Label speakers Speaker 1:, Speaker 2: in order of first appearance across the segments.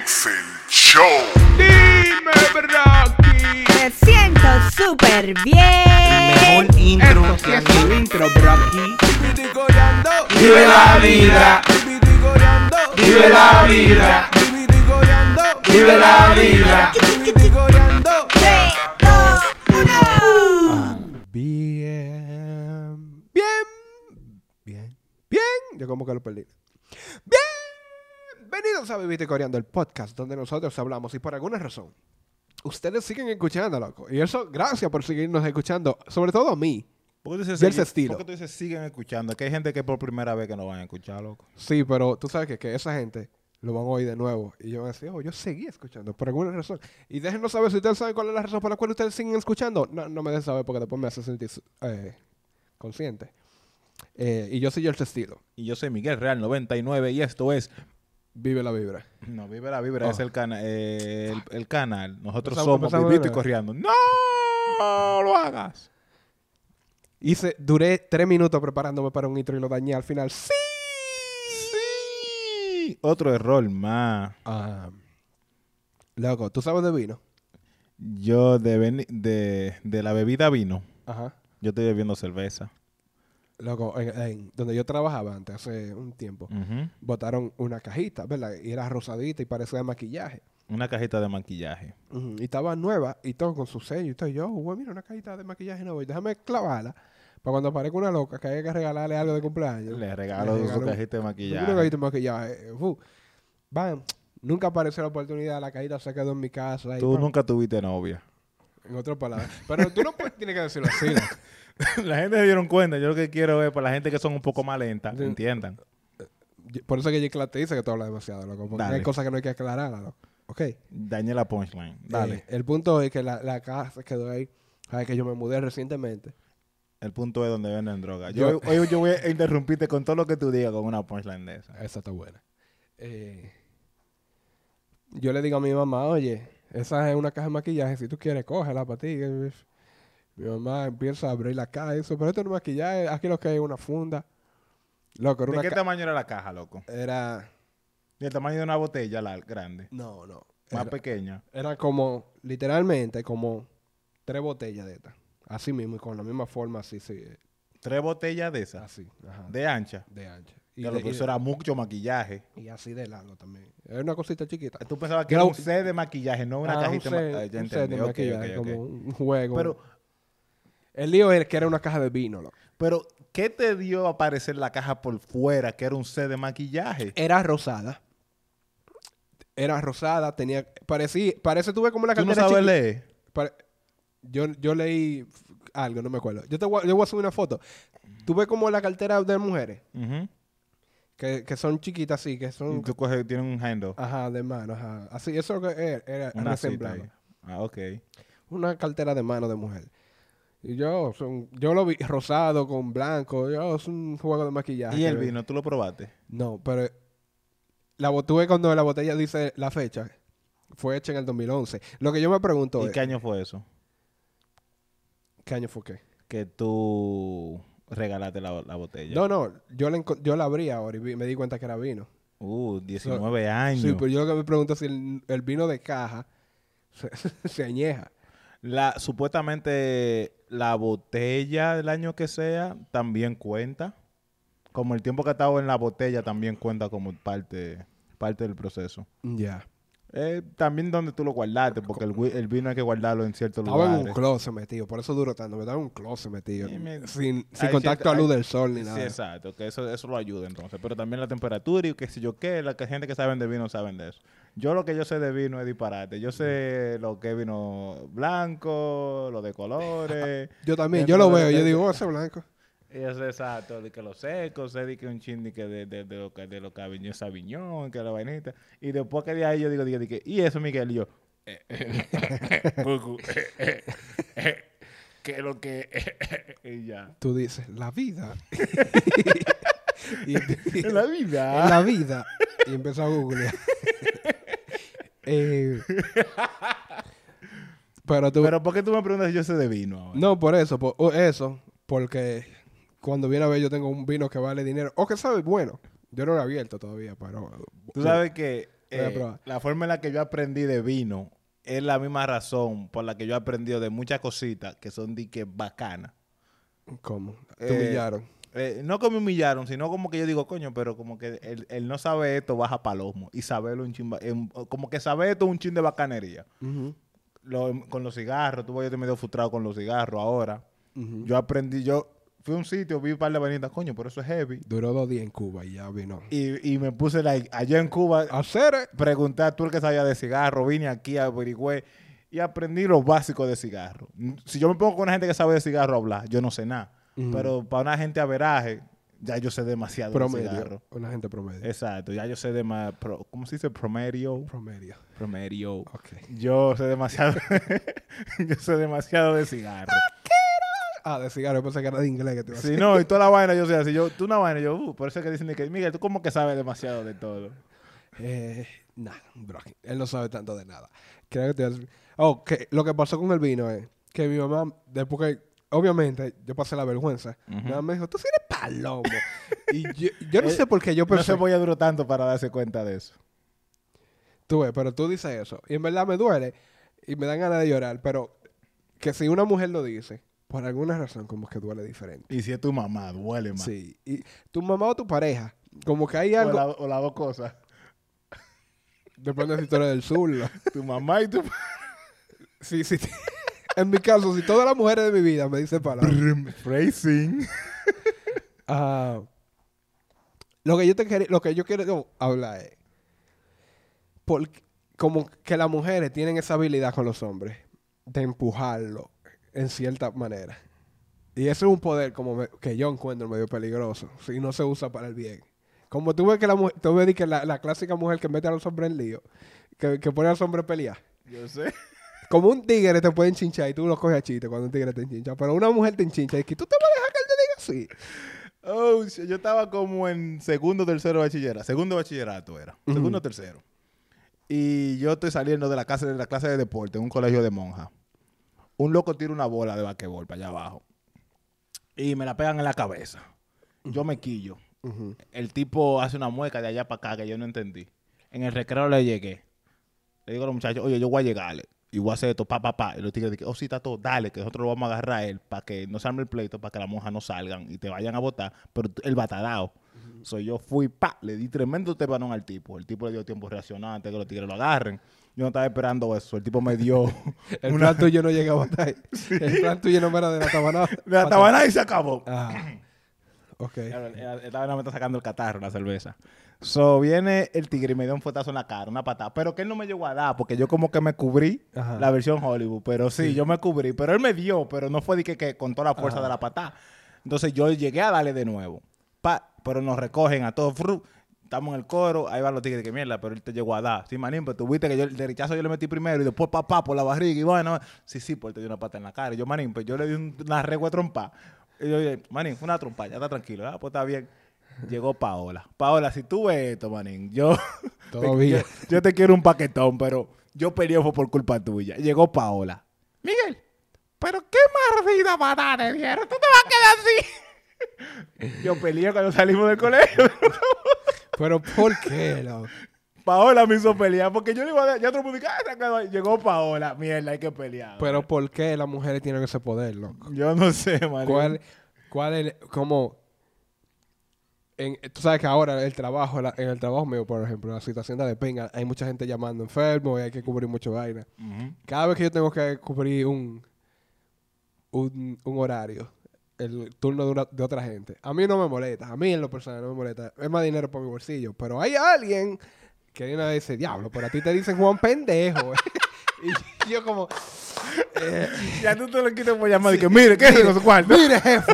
Speaker 1: Es el show.
Speaker 2: Dime, Rocky.
Speaker 3: Me siento súper bien.
Speaker 4: Mejor intro
Speaker 2: Esto sí
Speaker 4: que
Speaker 2: es tu intro, Rocky.
Speaker 4: Vive la vida. Vive la vida. Vive la vida.
Speaker 3: 3, 2, 1.
Speaker 2: Bien. Yo como que lo perdí. Bienvenidos a Vivite Coreando, el podcast donde nosotros hablamos y por alguna razón ustedes siguen escuchando, loco. Y eso, gracias por seguirnos escuchando, sobre todo a mí.
Speaker 5: ¿Por qué tú dices,
Speaker 2: Y ese estilo.
Speaker 5: ¿Por qué tú dices siguen escuchando? Que hay gente que por primera vez que no van a escuchar, loco.
Speaker 2: Sí, pero tú sabes que esa gente lo van a oír de nuevo. Y yo van a decir, yo seguí escuchando por alguna razón. Y déjenos saber si ustedes saben cuál es la razón por la cual ustedes siguen escuchando. No me dejen saber porque después me hace sentir consciente. Y yo soy el estilo.
Speaker 5: Y yo soy Miguel Real 99 y esto es...
Speaker 2: Vive la vibra.
Speaker 5: No, Vive la Vibra, es el canal. El canal. Nosotros
Speaker 2: Empezamos
Speaker 5: somos
Speaker 2: de
Speaker 5: Vivito y
Speaker 2: nuevo.
Speaker 5: Corriendo. ¡No lo hagas!
Speaker 2: Duré 3 minutos preparándome para un intro y lo dañé al final. ¡Sí!
Speaker 5: Sí. Otro error más.
Speaker 2: Loco, ¿tú sabes de vino?
Speaker 5: Yo de la bebida vino,
Speaker 2: Ajá.
Speaker 5: yo estoy bebiendo cerveza.
Speaker 2: Loco, en donde yo trabajaba antes, hace un tiempo,
Speaker 5: Ujú.
Speaker 2: botaron una cajita, ¿verdad? Y era rosadita y parecía de maquillaje.
Speaker 5: Una cajita de maquillaje.
Speaker 2: Ujú. Y estaba nueva y todo con su sello y todo. Y yo, güey, mira, una cajita de maquillaje nueva. Y déjame clavarla para cuando aparezca una loca que haya que regalarle algo de cumpleaños.
Speaker 5: Le regalo su cajita de
Speaker 2: Una
Speaker 5: maquillaje.
Speaker 2: cajita de maquillaje. Bam. Nunca apareció la oportunidad. La cajita se quedó en mi casa. Y,
Speaker 5: Tú
Speaker 2: bam,
Speaker 5: nunca tuviste novia.
Speaker 2: En otras palabras. Pero tú no tienes que decirlo así, ¿no?
Speaker 5: La gente se dieron cuenta. Yo lo que quiero es para la gente que son un poco más lentas,
Speaker 2: Sí.
Speaker 5: entiendan.
Speaker 2: Por eso que J. Clark te dice que tú hablas demasiado, loco. Porque
Speaker 5: Dale.
Speaker 2: hay cosas que no hay que aclarar, loco. Ok.
Speaker 5: Dañé la punchline. Dale.
Speaker 2: El punto es que la caja se quedó ahí. Sabes que yo me mudé recientemente.
Speaker 5: El punto es donde venden droga.
Speaker 2: Yo-
Speaker 5: Hoy yo voy a interrumpirte con todo lo que tú digas con una punchline de esa.
Speaker 2: Esa está buena. Yo le digo a mi mamá, oye, esa es una caja de maquillaje. Si tú quieres, cógela para ti. Mi mamá empieza a abrir la caja y dice, pero esto no es maquillaje. Aquí lo que hay es una funda. Loco, era
Speaker 5: ¿De
Speaker 2: una
Speaker 5: qué tamaño era la caja, loco?
Speaker 2: Era...
Speaker 5: ¿Del tamaño de una botella grande?
Speaker 2: No.
Speaker 5: Más
Speaker 2: Era,
Speaker 5: pequeña.
Speaker 2: era como, literalmente, como 3 botellas de estas. Así mismo, y con la misma forma, así, sí.
Speaker 5: 3 botellas de esas.
Speaker 2: Así, ajá.
Speaker 5: De ancha.
Speaker 2: De ancha.
Speaker 5: Ya lo que eso era mucho maquillaje.
Speaker 2: Y así de largo también. Es una cosita chiquita.
Speaker 5: Tú pensabas que
Speaker 2: Yo
Speaker 5: era
Speaker 2: la-
Speaker 5: un set de maquillaje, no una cajita.
Speaker 2: un set,
Speaker 5: Ya
Speaker 2: un set
Speaker 5: entendí.
Speaker 2: de
Speaker 5: Ok,
Speaker 2: maquillaje,
Speaker 5: ok, ok.
Speaker 2: como un juego.
Speaker 5: Pero,
Speaker 2: El lío es que era una caja de vino, loco.
Speaker 5: pero, ¿qué te dio a aparecer la caja por fuera que era un set de maquillaje?
Speaker 2: Era rosada. Tenía... Parece tuve como la
Speaker 5: ¿Tú no
Speaker 2: cartera
Speaker 5: sabes
Speaker 2: chiquita.
Speaker 5: leer?
Speaker 2: Yo leí algo, no me acuerdo. Yo voy a subir una foto. Tuve como la cartera de mujeres,
Speaker 5: Ujú.
Speaker 2: que son chiquitas así, que
Speaker 5: Y
Speaker 2: son...
Speaker 5: tú coges, tienes un handle.
Speaker 2: Ajá, de mano, ajá. Así, eso es lo que era
Speaker 5: Una cita
Speaker 2: resemblaba.
Speaker 5: ahí. Ah, ok.
Speaker 2: Una cartera de mano de mujer. Y yo lo vi rosado con blanco. Es un juego de maquillaje.
Speaker 5: ¿Y el
Speaker 2: que-
Speaker 5: vino? ¿Tú lo probaste?
Speaker 2: No, pero tuve cuando la botella dice la fecha. Fue hecha en el 2011. Lo que yo me pregunto
Speaker 5: ¿Y
Speaker 2: es,
Speaker 5: qué año fue eso?
Speaker 2: ¿qué año fue qué?
Speaker 5: Que tú regalaste la botella.
Speaker 2: No, yo la abrí ahora y me di cuenta que era vino.
Speaker 5: 19 años.
Speaker 2: Sí, pero yo lo que me pregunto es si el vino de caja se añeja.
Speaker 5: Supuestamente la botella del año que sea también cuenta. Como el tiempo que ha estado en la botella también cuenta como parte del proceso.
Speaker 2: Ya.
Speaker 5: También donde tú lo guardaste, porque el vino hay que guardarlo en ciertos
Speaker 2: Estaba en
Speaker 5: lugares.
Speaker 2: un closet metido, por eso duró tanto. Me estaba en un closet metido.
Speaker 5: Sí,
Speaker 2: sin
Speaker 5: hay
Speaker 2: contacto a luz del sol ni
Speaker 5: Sí,
Speaker 2: nada.
Speaker 5: exacto, que eso lo ayuda entonces. Pero también la temperatura y qué sé yo qué, la gente que saben de vino saben de eso. Yo lo que yo sé de vino es disparate. Yo sé lo que es vino blanco, lo de colores.
Speaker 2: Yo también,
Speaker 5: Dentro
Speaker 2: yo lo
Speaker 5: de-
Speaker 2: veo, yo
Speaker 5: de-
Speaker 2: digo, ese blanco.
Speaker 5: Y eso es exacto, de que los secos, sé de que un chin de que de lo que Aviñón Sabiñón, que la vainita. Y después que de ahí yo digo, y eso, Miguel, y yo, Cucu, que lo que, y ya.
Speaker 2: Tú dices, la vida. y,
Speaker 5: En la vida.
Speaker 2: en la vida. Y empezó a googlear. Pero tú...
Speaker 5: Pero ¿por qué tú me preguntas si yo sé de vino ahora?
Speaker 2: No, por eso, porque cuando viene a ver yo tengo un vino que vale dinero, o que sabe bueno. Yo no lo he abierto todavía, pero...
Speaker 5: Tú sabes que
Speaker 2: Voy a probar.
Speaker 5: La forma en la que yo aprendí de vino es la misma razón por la que yo he aprendido de muchas cositas que son de que bacanas.
Speaker 2: ¿Cómo? Te humillaron.
Speaker 5: No que me humillaron, sino como que yo digo, coño, pero como que el no sabe esto baja palomo. Y saberlo un chin, como que saber esto es un chin de bacanería.
Speaker 2: Ujú,
Speaker 5: Con los cigarros, tú yo estoy medio frustrado con los cigarros ahora.
Speaker 2: ujú.
Speaker 5: Yo aprendí, fui a un sitio, vi un par de vainitas, coño, pero eso es heavy.
Speaker 2: Duró 2 días en Cuba y ya vino.
Speaker 5: Y me puse allá en Cuba,
Speaker 2: Hacer.
Speaker 5: pregunté a tú el que sabía de cigarro, vine aquí, averigüé y aprendí lo básico de cigarro. Si yo me pongo con una gente que sabe de cigarro a hablar, yo no sé nada.
Speaker 2: Ujú.
Speaker 5: Pero para una gente averaje, ya yo sé demasiado de cigarro.
Speaker 2: Promedio. Una gente promedio.
Speaker 5: Exacto, ya yo sé ¿cómo se dice? Promedio.
Speaker 2: Promedio.
Speaker 5: Promedio.
Speaker 2: Ok.
Speaker 5: Yo sé demasiado. Yo sé demasiado de cigarro.
Speaker 2: Ah, de cigarro. Yo pensé que era de inglés que te iba a
Speaker 5: Si
Speaker 2: decir.
Speaker 5: no, y toda la vaina yo sé así. Tú una vaina, por eso es que dicen que, Miguel, tú como que sabes demasiado de todo.
Speaker 2: Nah, bro. Él no sabe tanto de nada. Creo que te iba a decir. Oh, que lo que pasó con el vino es que mi mamá, después que, obviamente, yo pasé la vergüenza, mi mamá me dijo, tú sí eres palomo. Y yo no sé por qué yo
Speaker 5: No
Speaker 2: pensé.
Speaker 5: se voy a durar tanto para darse cuenta de eso.
Speaker 2: Tú ves, pero tú dices eso. Y en verdad me duele y me dan ganas de llorar. Pero que si una mujer lo dice, por alguna razón, como que duele diferente.
Speaker 5: Y si es tu mamá, duele más.
Speaker 2: Sí. Y tu mamá o tu pareja, como que hay
Speaker 5: O,
Speaker 2: algo.
Speaker 5: o las dos cosas.
Speaker 2: Depende de si tú eres del sur. ¿no?
Speaker 5: Tu mamá y tu...
Speaker 2: Sí, sí. En mi caso, si todas las mujeres de mi vida me dicen palabras.
Speaker 5: Phrasing.
Speaker 2: Ah, lo que yo quiero hablar es como que las mujeres tienen esa habilidad con los hombres de empujarlo en cierta manera. Y eso es un poder que yo encuentro medio peligroso si no se usa para el bien. Como tú ves que tú ves que la clásica mujer que mete a los hombres en lío, que pone a los hombres a pelear.
Speaker 5: Yo sé.
Speaker 2: Como un tigre te puede enchinchar y tú lo coges a chiste cuando un tigre te enchincha. Pero una mujer te enchincha y que tú te vas a dejar que él te diga así.
Speaker 5: Oh, yo estaba como en segundo, tercero bachillerato. Segundo bachillerato era.
Speaker 2: Ujú.
Speaker 5: Segundo, tercero. Y yo estoy saliendo de la clase de deporte en un colegio de monjas. Un loco tira una bola de basquetbol para allá abajo. Y me la pegan en la cabeza. Yo me quillo.
Speaker 2: Ujú.
Speaker 5: El tipo hace una mueca de allá para acá que yo no entendí. En el recreo le llegué. Le digo a los muchachos, oye, yo voy a llegarle. Y voy a hacer esto, pa. Y los tigres dicen, oh, sí, está todo, dale, que nosotros lo vamos a agarrar a él para que no se arme el pleito, para que las monjas no salgan y te vayan a botar. Pero él va atadado. So, yo fui, le di tremendo tebanón al tipo. El tipo le dio tiempo de reaccionar antes que los tigres lo agarren. Yo no estaba esperando eso. El tipo me dio
Speaker 2: El plan tuyo no llegaba hasta ahí. El plan tuyo no era de la tabanada.
Speaker 5: la tabana y se acabó.
Speaker 2: Ah, ok.
Speaker 5: Estaba me está sacando el catarro, la cerveza. So, viene el tigre y me dio un fuetazo en la cara, una patada. Pero que él no me llegó a dar, porque yo como que me cubrí
Speaker 2: Ajá.
Speaker 5: la versión Hollywood. Pero sí, yo me cubrí. Pero él me dio, pero no fue de que con toda la fuerza
Speaker 2: Ajá.
Speaker 5: de la patada. Entonces yo llegué a darle de nuevo. Pero nos recogen a todos. Estamos en el coro, ahí van los tigres de que mierda, pero él te llegó a dar. Sí, manín, pero tú viste que yo el derechazo yo le metí primero y después por la barriga y bueno. Sí, pues él te dio una pata en la cara. Y yo, manín, pues yo le di una regua trompa. Y yo dije, manín, fue una trompa, ya está tranquilo, ¿verdad? Pues está bien. Llegó Paola. Paola, si tú ves esto, manín,
Speaker 2: Todavía.
Speaker 5: yo te quiero un paquetón, pero yo peleé fue por culpa tuya. Llegó Paola. Miguel, pero qué maldita patada te dieron. Tú te vas a quedar así. Yo peleé cuando salimos del colegio.
Speaker 2: Pero ¿por qué, loco?
Speaker 5: Paola me hizo pelear porque yo le iba a dar, ya otro mundo llegó Paola, mierda, hay que pelear.
Speaker 2: Pero ¿por qué las mujeres tienen ese poder, loco?
Speaker 5: Yo no sé, man.
Speaker 2: ¿Cuál es, como, tú sabes que ahora en el trabajo mío, por ejemplo, la situación de penga, hay mucha gente llamando enfermo y hay que cubrir mucho vaina. Cada vez que yo tengo que cubrir un horario, el turno de otra gente, a mí no me molesta, a mí en lo personal no me molesta, es más dinero por mi bolsillo, pero hay alguien que de una vez dice, diablo, pero a ti te dicen Juan pendejo. Y yo como...
Speaker 5: Ya tú te lo quitas por llamar y que mire, ¿qué es eso? ¿Cuál?
Speaker 2: Mire, jefe.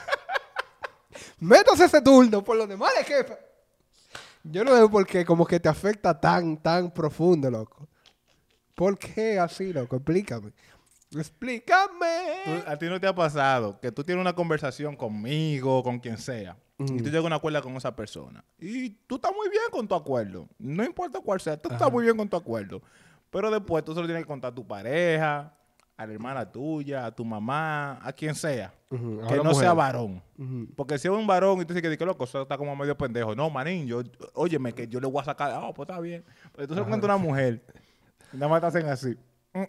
Speaker 2: Métase ese turno por los demás, jefe. Yo no sé por qué como que te afecta tan profundo, loco. ¿Por qué así, loco? Explícame. Explícame.
Speaker 5: ¿A ti no te ha pasado que tú tienes una conversación conmigo, con quien sea, y tú llegas a un acuerdo con esa persona? Y tú estás muy bien con tu acuerdo. No importa cuál sea, tú estás muy bien con tu acuerdo. Pero después tú se lo tienes que contar a tu pareja, a la hermana tuya, a tu mamá, a quien sea,
Speaker 2: Ujú, a
Speaker 5: que
Speaker 2: una
Speaker 5: no
Speaker 2: mujer.
Speaker 5: sea varón.
Speaker 2: Ujú.
Speaker 5: Porque si es un varón y tú dices que loco, eso está como medio pendejo. No, manín, óyeme, que yo le voy a sacar. Ah, pues está bien. Pero entonces cuando una mujer, y nada más te hacen así.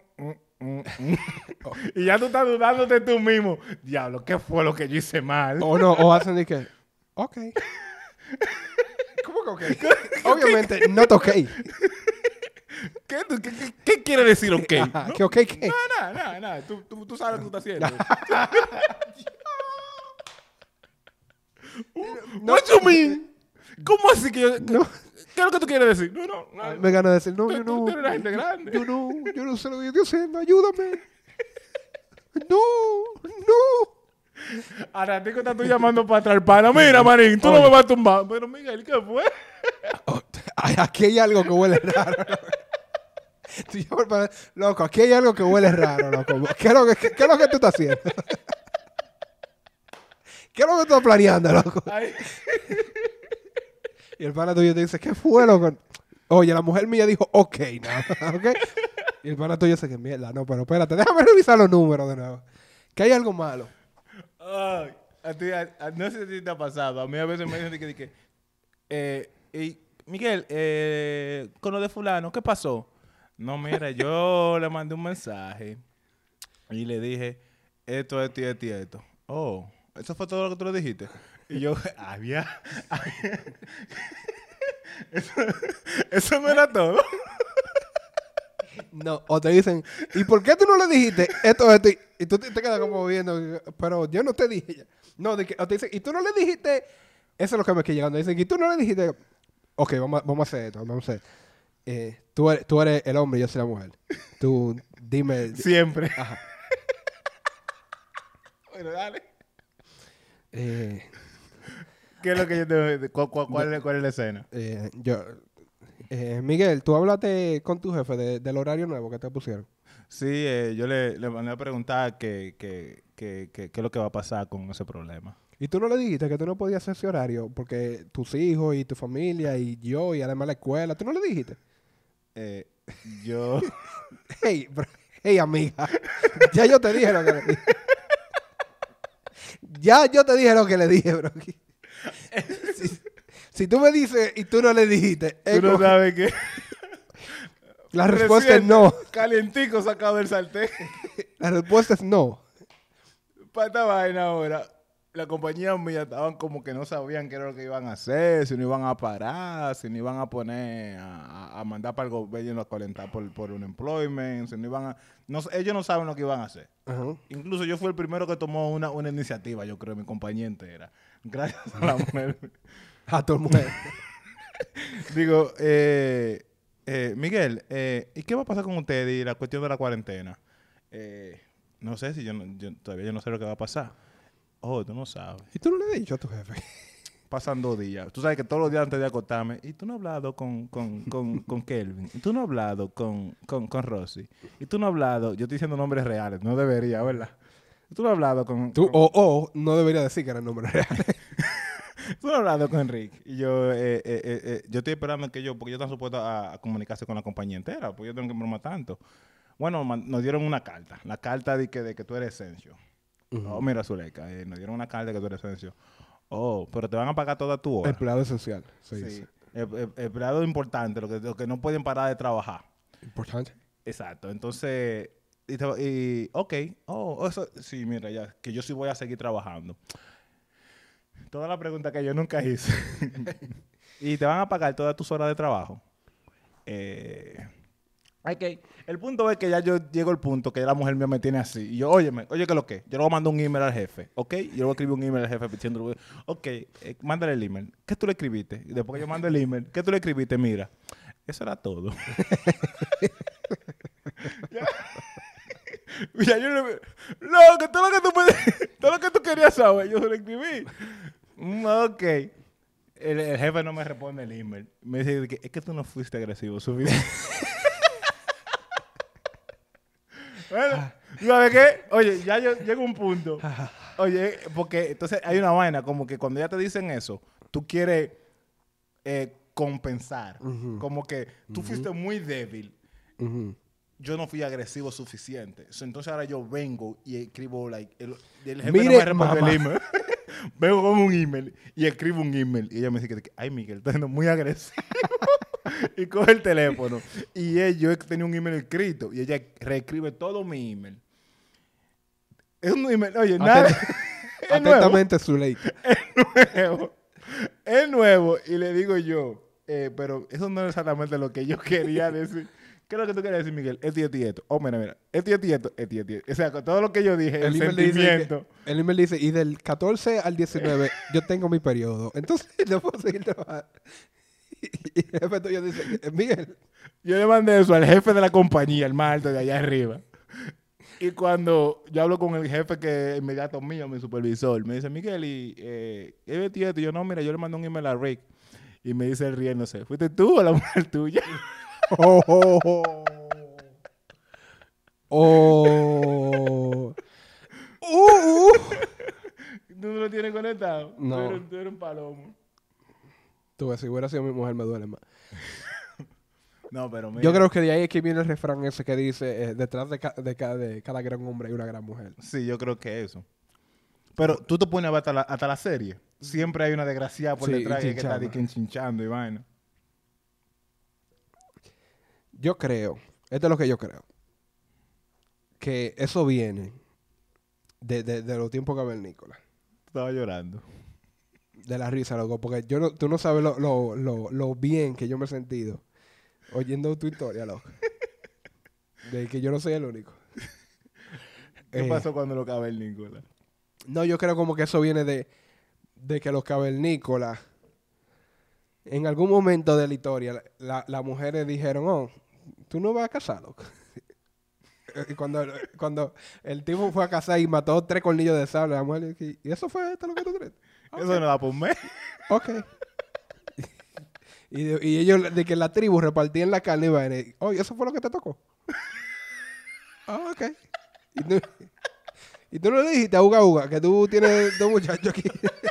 Speaker 5: Y ya tú estás dudándote tú mismo. Diablo, ¿qué fue lo que yo hice mal?
Speaker 2: O no, o hacen de que, ok. ¿Cómo que ok? Obviamente, not ok.
Speaker 5: ¿Qué quiere decir ok?
Speaker 2: Ajá,
Speaker 5: ¿No?
Speaker 2: ¿qué ok qué?
Speaker 5: Nada. Tú sabes lo que tú estás haciendo. What you mean? ¿Cómo así que yo...?
Speaker 2: No.
Speaker 5: ¿Qué es lo que tú quieres decir? No.
Speaker 2: Me gana decir, no,
Speaker 5: Tú-
Speaker 2: yo
Speaker 5: tú
Speaker 2: no.
Speaker 5: eres una gente grande.
Speaker 2: Yo no sé lo que yo estoy haciendo, ayúdame. No.
Speaker 5: A ratico estás tú llamando para atrás, pana. Mira, manín, tú no
Speaker 2: Oye.
Speaker 5: me vas a tumbar. Pero, Miguel, ¿qué fue?
Speaker 2: Oh, aquí hay algo que huele raro. Tú llamas para- Loco, aquí hay algo que huele raro, loco. ¿Qué es lo que tú estás haciendo? ¿Qué es lo que tú estás planeando, loco?
Speaker 5: Ay.
Speaker 2: Y el pana tuyo te dice, ¿qué fue, loco? Oye, la mujer mía dijo, ok, no, ok. Y el pana tuyo dice, que mierda, no, pero espérate, déjame revisar los números de nuevo. Que hay algo malo.
Speaker 5: Ay, no sé si te ha pasado. A mí a veces me dicen Miguel, con lo de fulano, ¿qué pasó? No, mira, yo le mandé un mensaje y le dije esto. Oh, ¿eso fue todo lo que tú le dijiste? Y yo, eso no era todo.
Speaker 2: No, o te dicen, ¿y por qué tú no le dijiste esto? Y tú te quedas como viendo, pero yo no te dije. No, o te dicen, ¿y tú no le dijiste? Eso es lo que me está llegando. Dicen, ¿y tú no le dijiste? Ok, vamos a hacer esto, vamos a hacer. Tú eres el hombre y yo soy la mujer. Tú dime.
Speaker 5: Siempre.
Speaker 2: Ajá.
Speaker 5: Bueno, dale.
Speaker 2: Eh,
Speaker 5: ¿Qué es lo que yo te... ¿Cuál es la escena?
Speaker 2: Miguel, tú hablaste con tu jefe del horario nuevo que te pusieron.
Speaker 5: Sí, yo le mandé a preguntar qué es lo que va a pasar con ese problema.
Speaker 2: Y tú no le dijiste que tú no podías hacer ese horario porque tus hijos y tu familia y yo y además la escuela, ¿tú no le dijiste?
Speaker 5: Yo...
Speaker 2: Hey, amiga, ya yo te dije lo que le dije. Ya yo te dije lo que le dije, bro. Si tú me dices y tú no le dijiste,
Speaker 5: Tú no sabes qué.
Speaker 2: la respuesta es
Speaker 5: Recién
Speaker 2: no.
Speaker 5: Calientico sacado del sartén.
Speaker 2: La respuesta es no.
Speaker 5: Para esta vaina ahora, la compañía mía estaban como que no sabían qué era lo que iban a hacer, si no iban a parar, si no iban a poner a mandar para el gobierno a calentar por un employment, si no iban a... No, ellos no saben lo que iban a hacer.
Speaker 2: Ajá.
Speaker 5: Incluso yo fui el primero que tomó una iniciativa, yo creo, mi compañía entera. Gracias a la mujer.
Speaker 2: A tu mujer.
Speaker 5: Digo, Miguel, ¿y qué va a pasar con usted y la cuestión de la cuarentena? No sé si todavía yo no sé lo que va a pasar. Oh, tú no sabes.
Speaker 2: ¿Y tú no le has dicho a tu jefe?
Speaker 5: Pasan 2 días. Tú sabes que todos los días antes de acostarme, y tú no has hablado con Kelvin, y tú no has hablado con Rosy, y tú no has hablado, yo estoy diciendo nombres reales, no debería, ¿verdad? Tú no has hablado con...
Speaker 2: Tú, o no debería decir que era el nombre real.
Speaker 5: Tú no has hablado con Enrique. Y yo estoy esperando que porque ellos están supuestos a comunicarse con la compañía entera, porque yo tengo que bromar tanto. Bueno, nos dieron una carta. La carta de que tú eres Esencio. Oh, mira, Zuleika, nos dieron una carta de que tú eres Esencio. Oh, pero te van a pagar toda tu hora.
Speaker 2: Empleado esencial. Sí.
Speaker 5: Sí. Empleado importante, lo que no pueden parar de trabajar.
Speaker 2: Importante.
Speaker 5: Exacto. Entonces, ok. Oh, eso, sí, mira, ya, que yo sí voy a seguir trabajando. Toda la pregunta que yo nunca hice. Y te van a pagar todas tus horas de trabajo. Ok. El punto es que ya yo llego al punto que ya la mujer mía me tiene así. Y yo, oye, ¿qué es lo que? Yo le voy a mandar un email al jefe, ¿ok? Yo le voy a escribir un email al jefe diciendo, ok, mándale el email. ¿Qué tú le escribiste? Y después que yo mando el email, ¿qué tú le escribiste? Mira, eso era todo. Ya yo le... No, que todo lo que tú querías saber, yo se lo escribí. Ok. El jefe no me responde el email. Me dice que es que tú no fuiste agresivo suficiente. Bueno, ¿sabes qué? Oye, ya yo llego a un punto. Oye, porque entonces hay una vaina como que cuando ya te dicen eso, tú quieres compensar. Como que tú fuiste muy débil. yo no fui agresivo suficiente. Entonces ahora yo vengo y escribo, like, el jefe
Speaker 2: Mire,
Speaker 5: no me responde
Speaker 2: mamá.
Speaker 5: el email. Vengo con un email y escribo un email. Y ella me dice que, ay, Miguel, estás siendo muy agresivo. Y coge el teléfono. Y yo tenía un email escrito y ella reescribe todo mi email. Es un email, oye, nada. Es nuevo.
Speaker 2: Atentamente, Zuleika.
Speaker 5: Es nuevo. Y le digo yo, pero eso no es exactamente lo que yo quería decir. ¿Qué es lo que tú querías decir, Miguel? Esto y esto y esto. Oh, mira. Esto y esto y esto. Esto y esto y esto. O sea, con todo lo que yo dije, el
Speaker 2: email dice
Speaker 5: sentimiento.
Speaker 2: el email dice, y del 14 al 19 yo tengo mi periodo. Entonces no puedo seguir trabajando. Y el jefe tuyo dice, Miguel,
Speaker 5: Yo le mandé eso al jefe de la compañía, el más alto de allá arriba. Y cuando yo hablo con el jefe que es inmediato mío, mi supervisor, me dice, Miguel, y esto y esto. Y yo, no, mira, yo le mandé un email a Rick. Y me dice el riéndose, ¿fuiste tú o la mujer tuya?
Speaker 2: oh, oh, oh. Oh.
Speaker 5: ¿Tú no lo tienes conectado?
Speaker 2: No.
Speaker 5: Tú eres un palomo.
Speaker 2: Tú ves, si hubiera sido mi mujer me duele más.
Speaker 5: No, pero mira.
Speaker 2: Yo creo que de ahí es que viene el refrán ese que dice, detrás de cada gran hombre hay una gran mujer.
Speaker 5: Sí, yo creo que eso. Pero tú te pones a ver hasta la serie. Siempre hay una desgraciada por
Speaker 2: Sí,
Speaker 5: detrás que está
Speaker 2: chinchando.
Speaker 5: enchinchando y vaina.
Speaker 2: Yo creo, esto es lo que yo creo, que eso viene de los tiempos cavernícolas.
Speaker 5: Estaba llorando.
Speaker 2: De la risa, loco, porque tú no sabes lo bien que yo me he sentido oyendo tu historia, loco. De que yo no soy el único.
Speaker 5: ¿Qué pasó cuando lo acaba el Nicolás?
Speaker 2: No, yo creo como que eso viene de que los cavernícolas, en algún momento de la historia, las mujeres dijeron, oh, tú no vas a casar, loco. Y cuando el tipo fue a casar y mató 3 colmillos de sable, la mujer dijo, ¿y eso fue esto lo que tú crees?
Speaker 5: Eso no da por un mes.
Speaker 2: Ok. y ellos, de que la tribu repartían la carne y vaina, oye, ¿eso fue lo que te tocó? Ah, ok. Y tú no le dijiste a Uga Uga que tú tienes 2 muchachos aquí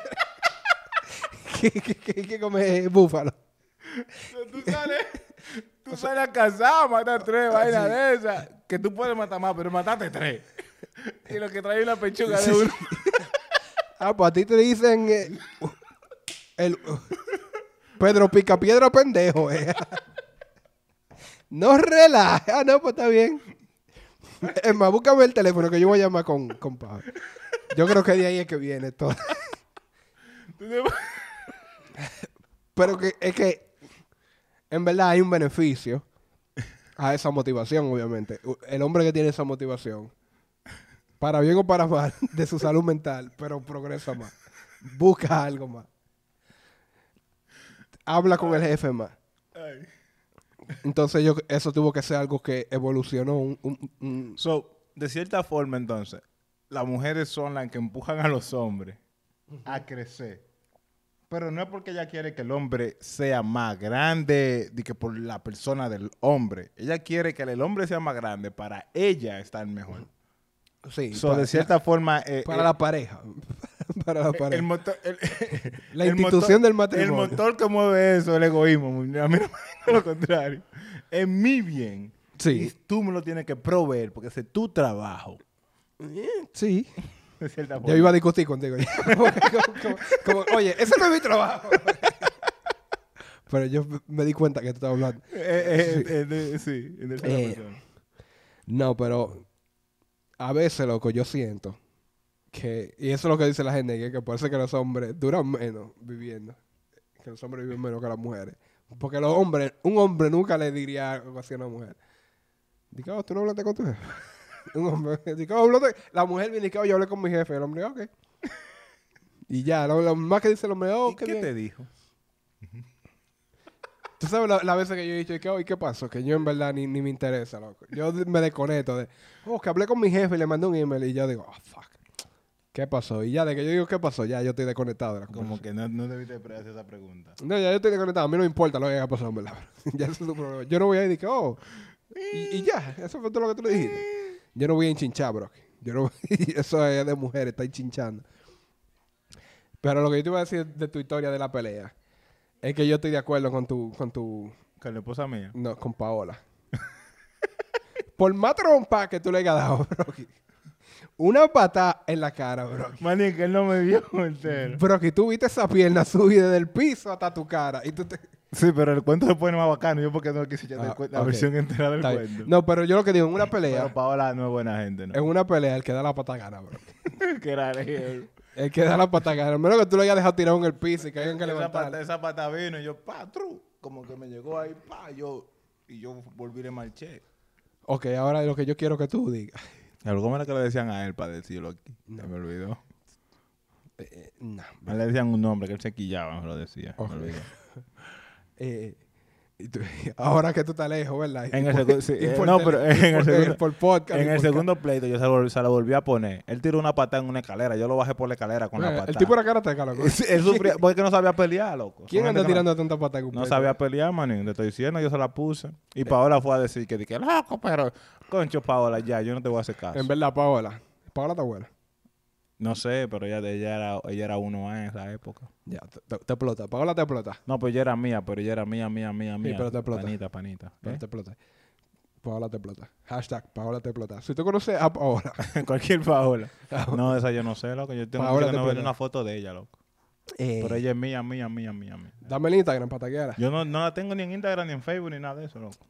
Speaker 2: que comen búfalo.
Speaker 5: Tú sales a cazar, matar 3 vainas de esas. Que tú puedes matar más, pero mataste 3. Y lo que trae una pechuga de uno.
Speaker 2: Ah, pues a ti te dicen el Pedro Picapiedra pendejo. No relaja. Ah, no, pues está bien. Es más, búscame el teléfono que yo voy a llamar con Pablo. Yo creo que de ahí es que viene todo. Pero que es que en verdad hay un beneficio a esa motivación, obviamente. El hombre que tiene esa motivación, para bien o para mal, de su salud mental, pero progresa más. Busca algo más. Habla con el jefe más.
Speaker 5: Ay.
Speaker 2: Entonces eso tuvo que ser algo que evolucionó
Speaker 5: So, de cierta forma, entonces, las mujeres son las que empujan a los hombres a crecer. Pero no es porque ella quiere que el hombre sea más grande de que por la persona del hombre. Ella quiere que el hombre sea más grande para ella estar mejor.
Speaker 2: Sí,
Speaker 5: So, de cierta forma...
Speaker 2: para la pareja. Para la pareja.
Speaker 5: El motor,
Speaker 2: La
Speaker 5: el
Speaker 2: institución
Speaker 5: motor-
Speaker 2: del matrimonio.
Speaker 5: El motor que mueve eso, el egoísmo. A mí no me parece lo contrario. Es mi bien.
Speaker 2: Sí.
Speaker 5: Y tú me lo tienes que proveer porque ese es tu trabajo.
Speaker 2: Sí.
Speaker 5: De cierta forma.
Speaker 2: Yo iba a discutir contigo. como, oye, ese no es mi trabajo. Pero yo me di cuenta que tú estabas hablando.
Speaker 5: Sí, en tercera persona.
Speaker 2: No, pero a veces, loco, yo siento que, y eso es lo que dice la gente, que parece que los hombres duran menos viviendo. Que los hombres viven menos que las mujeres. Porque los hombres, un hombre nunca le diría algo así a una mujer. Dice, oh, tú no hablaste con tu jefe. Un hombre, dice, oh, la mujer viene y dice, oh, yo hablé con mi jefe. Y el hombre, ok. Y ya, lo más que dice el hombre, oh,
Speaker 5: ¿Y
Speaker 2: qué
Speaker 5: qué
Speaker 2: bien.
Speaker 5: te dijo?
Speaker 2: Tú sabes las veces que yo he dicho, ¿y qué pasó? Que yo en verdad ni me interesa, loco. Yo me desconecto de, oh, que hablé con mi jefe y le mandé un email y yo digo, oh, fuck. ¿Qué pasó? Y ya de que yo digo, ¿qué pasó? Ya yo estoy desconectado de la
Speaker 5: Como
Speaker 2: conversación.
Speaker 5: que no debiste hacer esa pregunta.
Speaker 2: No, ya yo estoy desconectado. A mí no me importa lo que haya pasado, en verdad. Ya ese es tu problema. Yo no voy a ir y que, oh, y ya. Eso fue todo lo que tú le dijiste. Yo no voy a enchinchar, bro. Yo no eso es de mujeres, está enchinchando. Pero lo que yo te iba a decir de tu historia de la pelea es que yo estoy de acuerdo con tu
Speaker 5: Con la esposa mía.
Speaker 2: no, con Paola. por más trompa que tú le hayas dado, Brocky, una patada en la cara, Brocky.
Speaker 5: Manín, que él no me vio entero.
Speaker 2: Brocky, tú viste esa pierna subir desde el piso hasta tu cara. Y tú te...
Speaker 5: Sí, pero el cuento se pone más bacano. Yo porque no quise echar la
Speaker 2: ok.
Speaker 5: versión entera del
Speaker 2: Está bien.
Speaker 5: cuento.
Speaker 2: No, pero yo lo que digo, en una pelea,
Speaker 5: Pero Paola no es buena gente, ¿no?
Speaker 2: en una pelea, el que da la pata gana, Brocky.
Speaker 5: Que era él.
Speaker 2: El que da la pata gana. A menos que tú lo hayas dejado tirado en el piso y que hayan que levantar.
Speaker 5: Esa pata vino y yo, como que me llegó ahí, y yo volví y le marché.
Speaker 2: Ok, ahora lo que yo quiero que tú digas.
Speaker 5: ¿Cómo era que le decían a él para decirlo aquí?
Speaker 2: No.
Speaker 5: Se me olvidó.
Speaker 2: No.
Speaker 5: A él le decían un nombre que él se quillaba, me lo decía.
Speaker 2: Ok.
Speaker 5: Me olvidó.
Speaker 2: Y tú- ahora que tú estás lejos, ¿verdad?
Speaker 5: En
Speaker 2: Y
Speaker 5: el
Speaker 2: por-
Speaker 5: segundo, sí,
Speaker 2: y por
Speaker 5: no,
Speaker 2: tele-
Speaker 5: pero en el
Speaker 2: por-
Speaker 5: segundo,
Speaker 2: por podcast.
Speaker 5: en
Speaker 2: y
Speaker 5: el
Speaker 2: por
Speaker 5: segundo pleito yo se la volví a poner. Él tiró una patada en una escalera, yo lo bajé por la escalera con la patada.
Speaker 2: El tipo era karateca, loco.
Speaker 5: Él sufría porque no sabía pelear, loco.
Speaker 2: ¿Quién
Speaker 5: Son
Speaker 2: anda
Speaker 5: gente que
Speaker 2: tirando tanta pata en un
Speaker 5: No
Speaker 2: pleito?
Speaker 5: sabía pelear, manín. Te estoy diciendo, yo se la puse. Y Paola fue a decir que loco, pero concho, Paola, ya, yo no te voy a hacer caso.
Speaker 2: En verdad, Paola. Paola está buena.
Speaker 5: No sé, pero ella era 1A en esa época.
Speaker 2: Ya, te explota. Paola te explota.
Speaker 5: No, pues ella era mía, pero ella era mía.
Speaker 2: pero te explota.
Speaker 5: Panita.
Speaker 2: Pero
Speaker 5: ¿eh?
Speaker 2: te explota. Paola te explota. Hashtag Paola te explota. Si tú conoces a Paola.
Speaker 5: Cualquier Paola. No, esa yo no sé, loco. Yo tengo
Speaker 2: Paola
Speaker 5: que
Speaker 2: te
Speaker 5: no ver
Speaker 2: explota.
Speaker 5: una foto de ella, loco. Pero ella es mía.
Speaker 2: Dame el Instagram para taguearla.
Speaker 5: Yo no la tengo ni en Instagram, ni en Facebook, ni nada de eso, loco.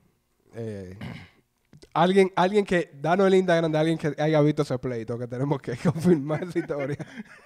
Speaker 2: Alguien que... Danos el Instagram de alguien que haya visto ese pleito. Que tenemos que confirmar esa historia.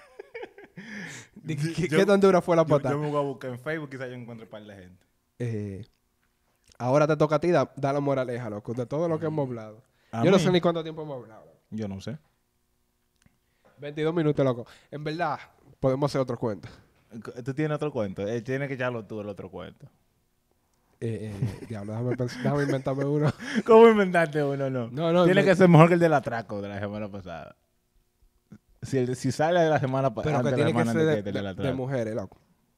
Speaker 2: ¿Qué tan dura fue la patada?
Speaker 5: Yo me voy a buscar en Facebook, quizás yo encuentre un par de gente.
Speaker 2: Ahora te toca a ti dar la moraleja, loco, de todo lo que hemos hablado.
Speaker 5: ¿A
Speaker 2: Yo no
Speaker 5: mí?
Speaker 2: sé ni cuánto tiempo hemos hablado. Loco.
Speaker 5: Yo no sé.
Speaker 2: 22 minutos, loco. En verdad, podemos hacer otro cuento.
Speaker 5: ¿Tú tienes otro cuento? Tienes que echarlo tú el otro cuento.
Speaker 2: Diablo, déjame inventarme uno.
Speaker 5: ¿Cómo inventarte uno?
Speaker 2: No,
Speaker 5: Tiene que ser mejor que el del atraco de la semana pasada. Si sale de la semana pasada,
Speaker 2: Pero que tiene que ser
Speaker 5: del
Speaker 2: de
Speaker 5: atraco.
Speaker 2: mujeres, loco.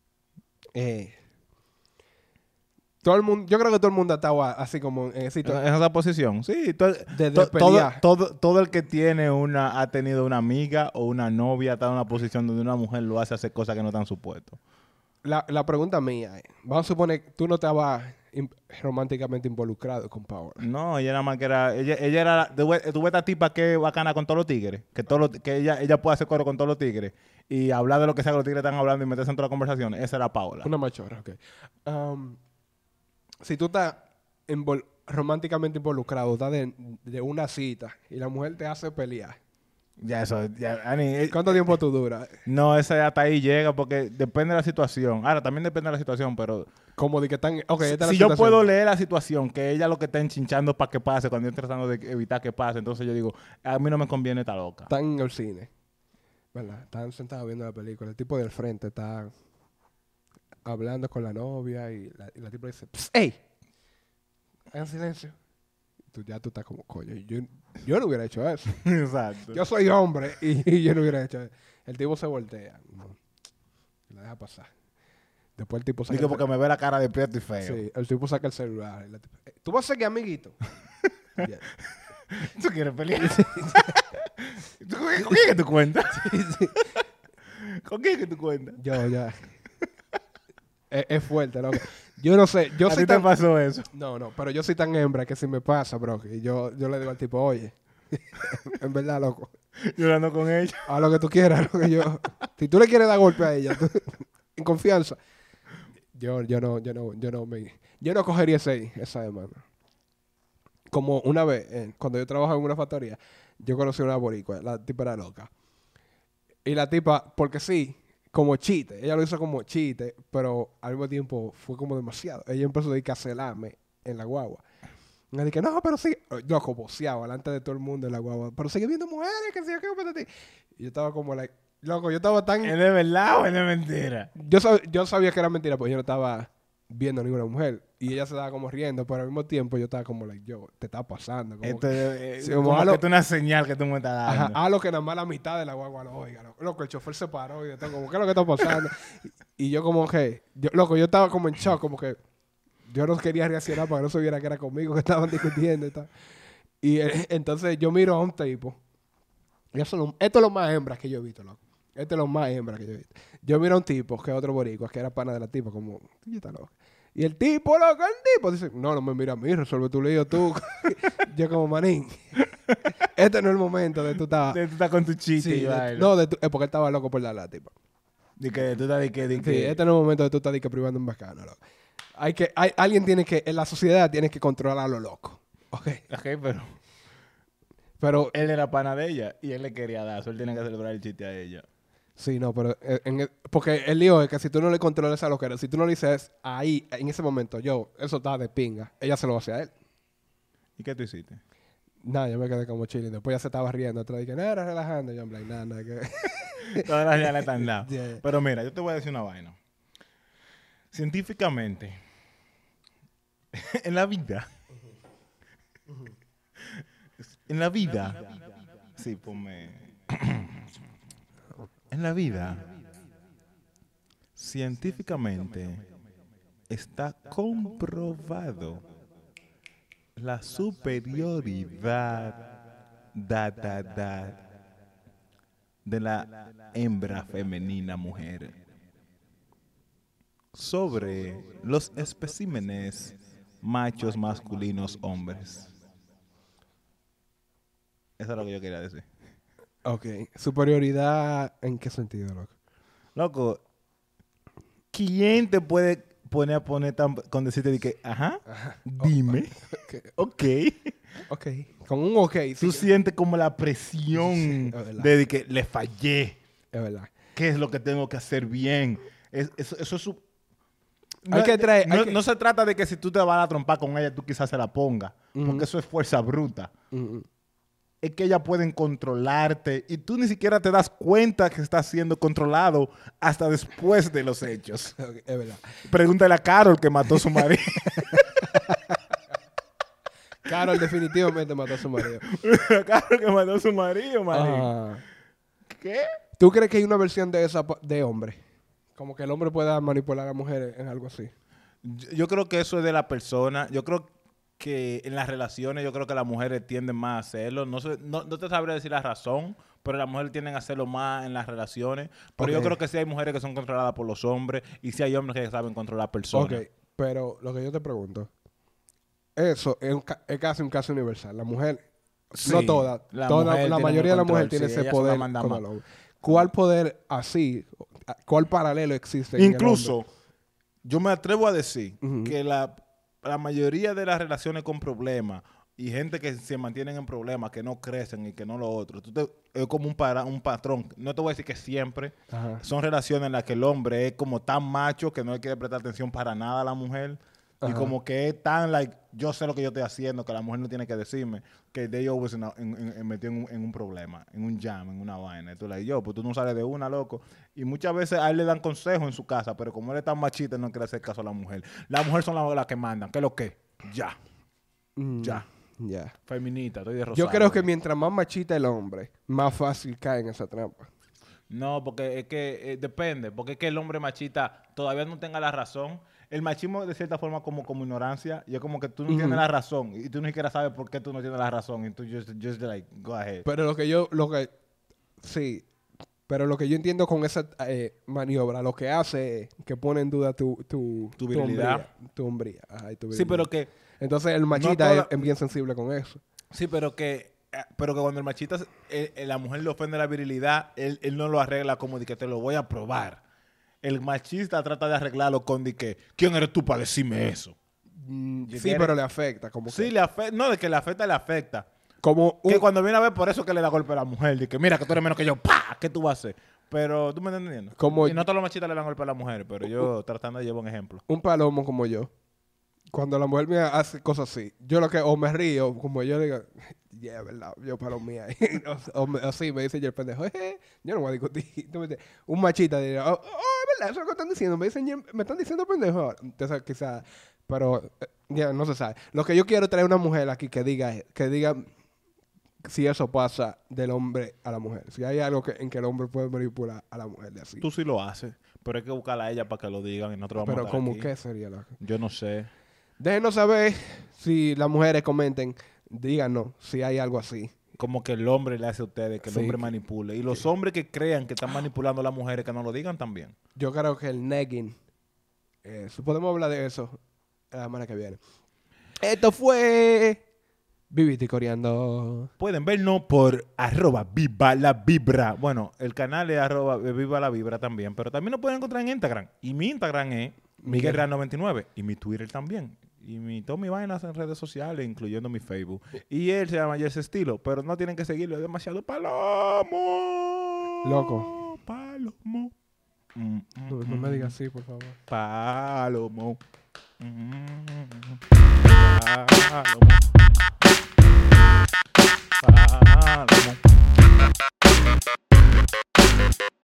Speaker 2: Todo el mundo, yo creo que todo el mundo ha estado así como en ese
Speaker 5: En esa posición, sí.
Speaker 2: de pelear.
Speaker 5: Todo el que ha tenido una amiga o una novia está en una posición donde una mujer lo hace hacer cosas que no están supuestas.
Speaker 2: La pregunta mía es, vamos a suponer que tú no estabas románticamente involucrado con Paola.
Speaker 5: No, ella nada más que era... Ella era... Tú ves esta tipa que es bacana con todos los tigres. Que ella puede hacer coro con todos los tigres. Y hablar de lo que sea que los tigres están hablando y meterse en toda la conversación. Esa era Paola.
Speaker 2: Una machorra, ok. Si tú estás románticamente involucrado, estás de una cita y la mujer te hace pelear,
Speaker 5: Ya eso... Ani,
Speaker 2: ¿cuánto tiempo tú duras?
Speaker 5: no, esa hasta ahí llega porque depende de la situación. Ahora, también depende de la situación, pero...
Speaker 2: Como de que están... Ok, esta es la
Speaker 5: Si yo
Speaker 2: situación.
Speaker 5: puedo leer la situación, que ella lo que está enchinchando para que pase, cuando yo estoy tratando de evitar que pase, entonces yo digo, a mí no me conviene esta loca.
Speaker 2: Están en el cine, ¿verdad? Están sentados viendo la película. El tipo del frente está hablando con la novia y la tipa dice, "Psst, ¡ey! Hagan silencio." Tú estás como, coño, yo no hubiera hecho eso.
Speaker 5: Exacto.
Speaker 2: Yo soy hombre y yo no hubiera hecho eso. El tipo se voltea. Y la deja pasar. Después el tipo saca...
Speaker 5: Digo porque me ve la cara de prieto y feo.
Speaker 2: Sí, el tipo saca el celular. Y la tipa, ¿tú vas a ser que amiguito? Ya.
Speaker 5: ¿Tú quieres pelear? ¿Con quién que tú cuentas? ¿Con quién que tú cuentas?
Speaker 2: Yo ya. Es fuerte, loco. Yo no sé. Yo
Speaker 5: ¿A
Speaker 2: soy
Speaker 5: ti te
Speaker 2: tan...
Speaker 5: pasó eso?
Speaker 2: No, pero yo soy tan hembra que si me pasa, bro, y yo le digo al tipo, oye, en verdad, loco,
Speaker 5: Llorando con ella.
Speaker 2: haz lo que tú quieras, lo que yo... Si tú le quieres dar golpe a ella, en confianza, yo no cogería esa demanda. Como una vez, cuando yo trabajaba en una factoría, yo conocí a una boricua, la tipa era loca. Y la tipa, porque sí, como chiste, ella lo hizo como chiste, pero al mismo tiempo fue como demasiado. Ella empezó a cacelarme en la guagua. Y me dije, no, pero sí, loco, boceaba delante de todo el mundo en la guagua, pero sigue viendo mujeres, que sí, que para ti. Y yo estaba como, loco, yo estaba tan...
Speaker 5: ¿Es de verdad o es de mentira?
Speaker 2: Yo sabía que era mentira, porque yo no estaba viendo ninguna mujer. Y ella se estaba como riendo, pero al mismo tiempo yo estaba como, yo, te está pasando. Como
Speaker 5: Esto es
Speaker 2: sí,
Speaker 5: como
Speaker 2: como
Speaker 5: que
Speaker 2: algo-
Speaker 5: esto es una señal que tú me estás
Speaker 2: Ajá,
Speaker 5: dando.
Speaker 2: a lo que nada más la mitad de la guagua lo oiga. Loco, el chofer se paró y yo estaba como, ¿qué es lo que está pasando? y yo como que, yo estaba como en shock, como que yo no quería reaccionar para que no se viera que era conmigo que estaban discutiendo y tal. Y entonces yo miro a un tipo. Y esto es lo más hembras que yo he visto, loco. Esto es lo más hembras que yo he visto. Yo miro a un tipo, que es otro boricua, que era pana de la tipa, como, ¿qué está loco? Y el tipo, loco, el tipo dice, no me mira a mí, resuelve tu lío tú. Yo como, manín, este no es el momento de tú estar...
Speaker 5: Tú estás con tu chiste
Speaker 2: Sí,
Speaker 5: y vaina.
Speaker 2: no, es porque él estaba loco por la tipo.
Speaker 5: De que tú estás de que...
Speaker 2: Sí, este no es el momento de tú estar privando un bacano, loco. Alguien tiene que, en la sociedad tiene que controlar a lo loco. Ok.
Speaker 5: Ok, pero...
Speaker 2: Pero,
Speaker 5: Él era pana de ella y él le quería dar. So él tiene que celebrar el chiste a ella.
Speaker 2: sí, no, pero, porque el lío es que si tú no le controlas a lo que si tú no le dices ahí, en ese momento, eso está de pinga, ella se lo va a hacer a él.
Speaker 5: ¿Y qué tú hiciste?
Speaker 2: Nada, yo me quedé como chile. Después ya se estaba riendo. Otra dije, no, era relajando. Yo, en plan, nada, que...
Speaker 5: Todas las ya están dadas.
Speaker 2: Yeah.
Speaker 5: Pero mira, yo te voy a decir una vaina. Científicamente, en la vida, sí, ponme, en la vida, científicamente, está comprobado la superioridad de la hembra femenina mujer sobre los especímenes machos masculinos hombres. Eso es lo que yo quería decir.
Speaker 2: Ok. ¿Superioridad en qué sentido, loco?
Speaker 5: Loco, ¿quién te puede poner con decirte de que, ajá, dime, ok?
Speaker 2: Ok. Con un ok. Sí,
Speaker 5: Tú sientes como la presión
Speaker 2: Sí, es verdad.
Speaker 5: de que le fallé.
Speaker 2: es verdad.
Speaker 5: ¿Qué es lo que tengo que hacer bien? Eso es su...
Speaker 2: Hay que traer-
Speaker 5: no,
Speaker 2: hay que-
Speaker 5: no se trata de que si tú te vas a trompar con ella, tú quizás se la pongas. Porque eso es fuerza bruta. Es que ellas pueden controlarte y tú ni siquiera te das cuenta que estás siendo controlado hasta después de los hechos.
Speaker 2: Ok, es verdad.
Speaker 5: Pregúntale a Carol que mató a su marido.
Speaker 2: Carol definitivamente mató a su marido.
Speaker 5: Carol que mató a su marido, marido.
Speaker 2: Ah.
Speaker 5: ¿Qué?
Speaker 2: ¿Tú crees que hay una versión de esa de hombre? Como que el hombre pueda manipular a la mujer en algo así.
Speaker 5: Yo creo que eso es de la persona. Yo creo que en las relaciones, yo creo que las mujeres tienden más a hacerlo. No te sabré decir la razón, pero las mujeres tienden a hacerlo más en las relaciones. Pero yo
Speaker 2: Ok.
Speaker 5: creo que sí hay mujeres que son controladas por los hombres y sí hay hombres que saben controlar personas.
Speaker 2: Ok, pero lo que yo te pregunto, eso es casi un caso universal. La mujer,
Speaker 5: Sí,
Speaker 2: no toda,
Speaker 5: la
Speaker 2: la
Speaker 5: mujer tiene
Speaker 2: mayoría de
Speaker 5: un
Speaker 2: las mujeres
Speaker 5: control,
Speaker 2: tiene
Speaker 5: sí,
Speaker 2: ese
Speaker 5: ellas son
Speaker 2: poder
Speaker 5: las mandamas.
Speaker 2: con el hombre. ¿Cuál poder así, cuál paralelo existe en el
Speaker 5: Incluso, yo me atrevo a decir
Speaker 2: Ujú.
Speaker 5: que la mayoría de las relaciones con problemas y gente que se mantienen en problemas, que no crecen y que no lo otro, es como un patrón. No te voy a decir que siempre.
Speaker 2: hombre? Ajá.
Speaker 5: Son relaciones en las que el hombre es como tan macho que no le quiere prestar atención para nada a la mujer. Y
Speaker 2: Ajá.
Speaker 5: como que es tan, yo sé lo que yo estoy haciendo, que la mujer no tiene que decirme, que they always metió en un problema, en un jam, en una vaina. Y tú pues tú no sales de una, loco. Y muchas veces a él le dan consejos en su casa, pero como él es tan machista, él no quiere hacer caso a la mujer. Las mujeres son las que mandan. ¿Qué es lo que? Ya. Ya.
Speaker 2: Ya.
Speaker 5: Feminita, estoy de
Speaker 2: Yo
Speaker 5: rosado.
Speaker 2: creo que mientras más machita el hombre, más fácil cae en esa trampa.
Speaker 5: No, porque es que depende, porque es que el hombre machista todavía no tenga la razón. El machismo de cierta forma como ignorancia y es como que tú no tienes la razón y tú ni siquiera sabes por qué tú no tienes la razón y tú just like, go ahead.
Speaker 2: Pero pero lo que yo entiendo con esa maniobra, lo que hace es que pone en duda tu
Speaker 5: virilidad.
Speaker 2: Tu hombría. Ajá, y tu
Speaker 5: Sí,
Speaker 2: virilidad.
Speaker 5: pero que
Speaker 2: Entonces el machita
Speaker 5: toda-
Speaker 2: es bien sensible con eso.
Speaker 5: sí, pero que cuando el machista la mujer le ofende la virilidad, él no lo arregla como de que te lo voy a probar. El machista trata de arreglarlo con de que ¿quién eres tú para decirme eso?
Speaker 2: Sí,
Speaker 5: quiere-
Speaker 2: pero le afecta. Como
Speaker 5: Sí,
Speaker 2: que,
Speaker 5: le afecta, no, de que le afecta.
Speaker 2: como
Speaker 5: Que cuando viene a ver, por eso que le da golpe a la mujer. De que mira, que tú eres menos que yo. ¡Pah! ¿Qué tú vas a hacer? Pero tú me estás entendiendo.
Speaker 2: Como-
Speaker 5: Y no todos los machistas le dan golpe a la mujer, pero yo tratando de llevar un ejemplo.
Speaker 2: un palomo como yo. Cuando la mujer mía hace cosas así, yo lo que o me río, como yo digo, yeah, verdad, yo palomía. Así me dice yo el pendejo, yo no voy a discutir. Tú me dices, un machita diría, es verdad, eso es lo que están diciendo, me están diciendo pendejo ahora. Entonces quizás, pero ya no se sabe. Lo que yo quiero es traer una mujer aquí que diga si eso pasa del hombre a la mujer. Si hay algo en que el hombre puede manipular a la mujer de así.
Speaker 5: Tú sí lo haces, pero hay que buscarla a ella para que lo digan y no te lo vamos a
Speaker 2: Pero
Speaker 5: dar
Speaker 2: como
Speaker 5: aquí.
Speaker 2: que sería loco.
Speaker 5: Yo no sé.
Speaker 2: Déjenos saber si las mujeres comenten, díganos si hay algo así.
Speaker 5: Como que el hombre le hace a ustedes, que el
Speaker 2: Sí.
Speaker 5: hombre manipule. Y los hombres que crean que están manipulando a las mujeres, que no lo digan también.
Speaker 2: Yo creo que el negging Podemos hablar de eso la semana que viene. Esto fue Viviti Coreando.
Speaker 5: Pueden vernos por @Viva la Vibra. Bueno, el canal es @Viva la Vibra también, pero también nos pueden encontrar en Instagram. Y mi Instagram es MiguelReal99 y mi Twitter también. Y todas mis vainas en redes sociales, incluyendo mi Facebook. Y él se llama Jesse Estilo, pero no tienen que seguirlo, es demasiado palomo.
Speaker 2: Loco.
Speaker 5: Palomo.
Speaker 2: No me digas así, por favor.
Speaker 5: Palomo. Palomo.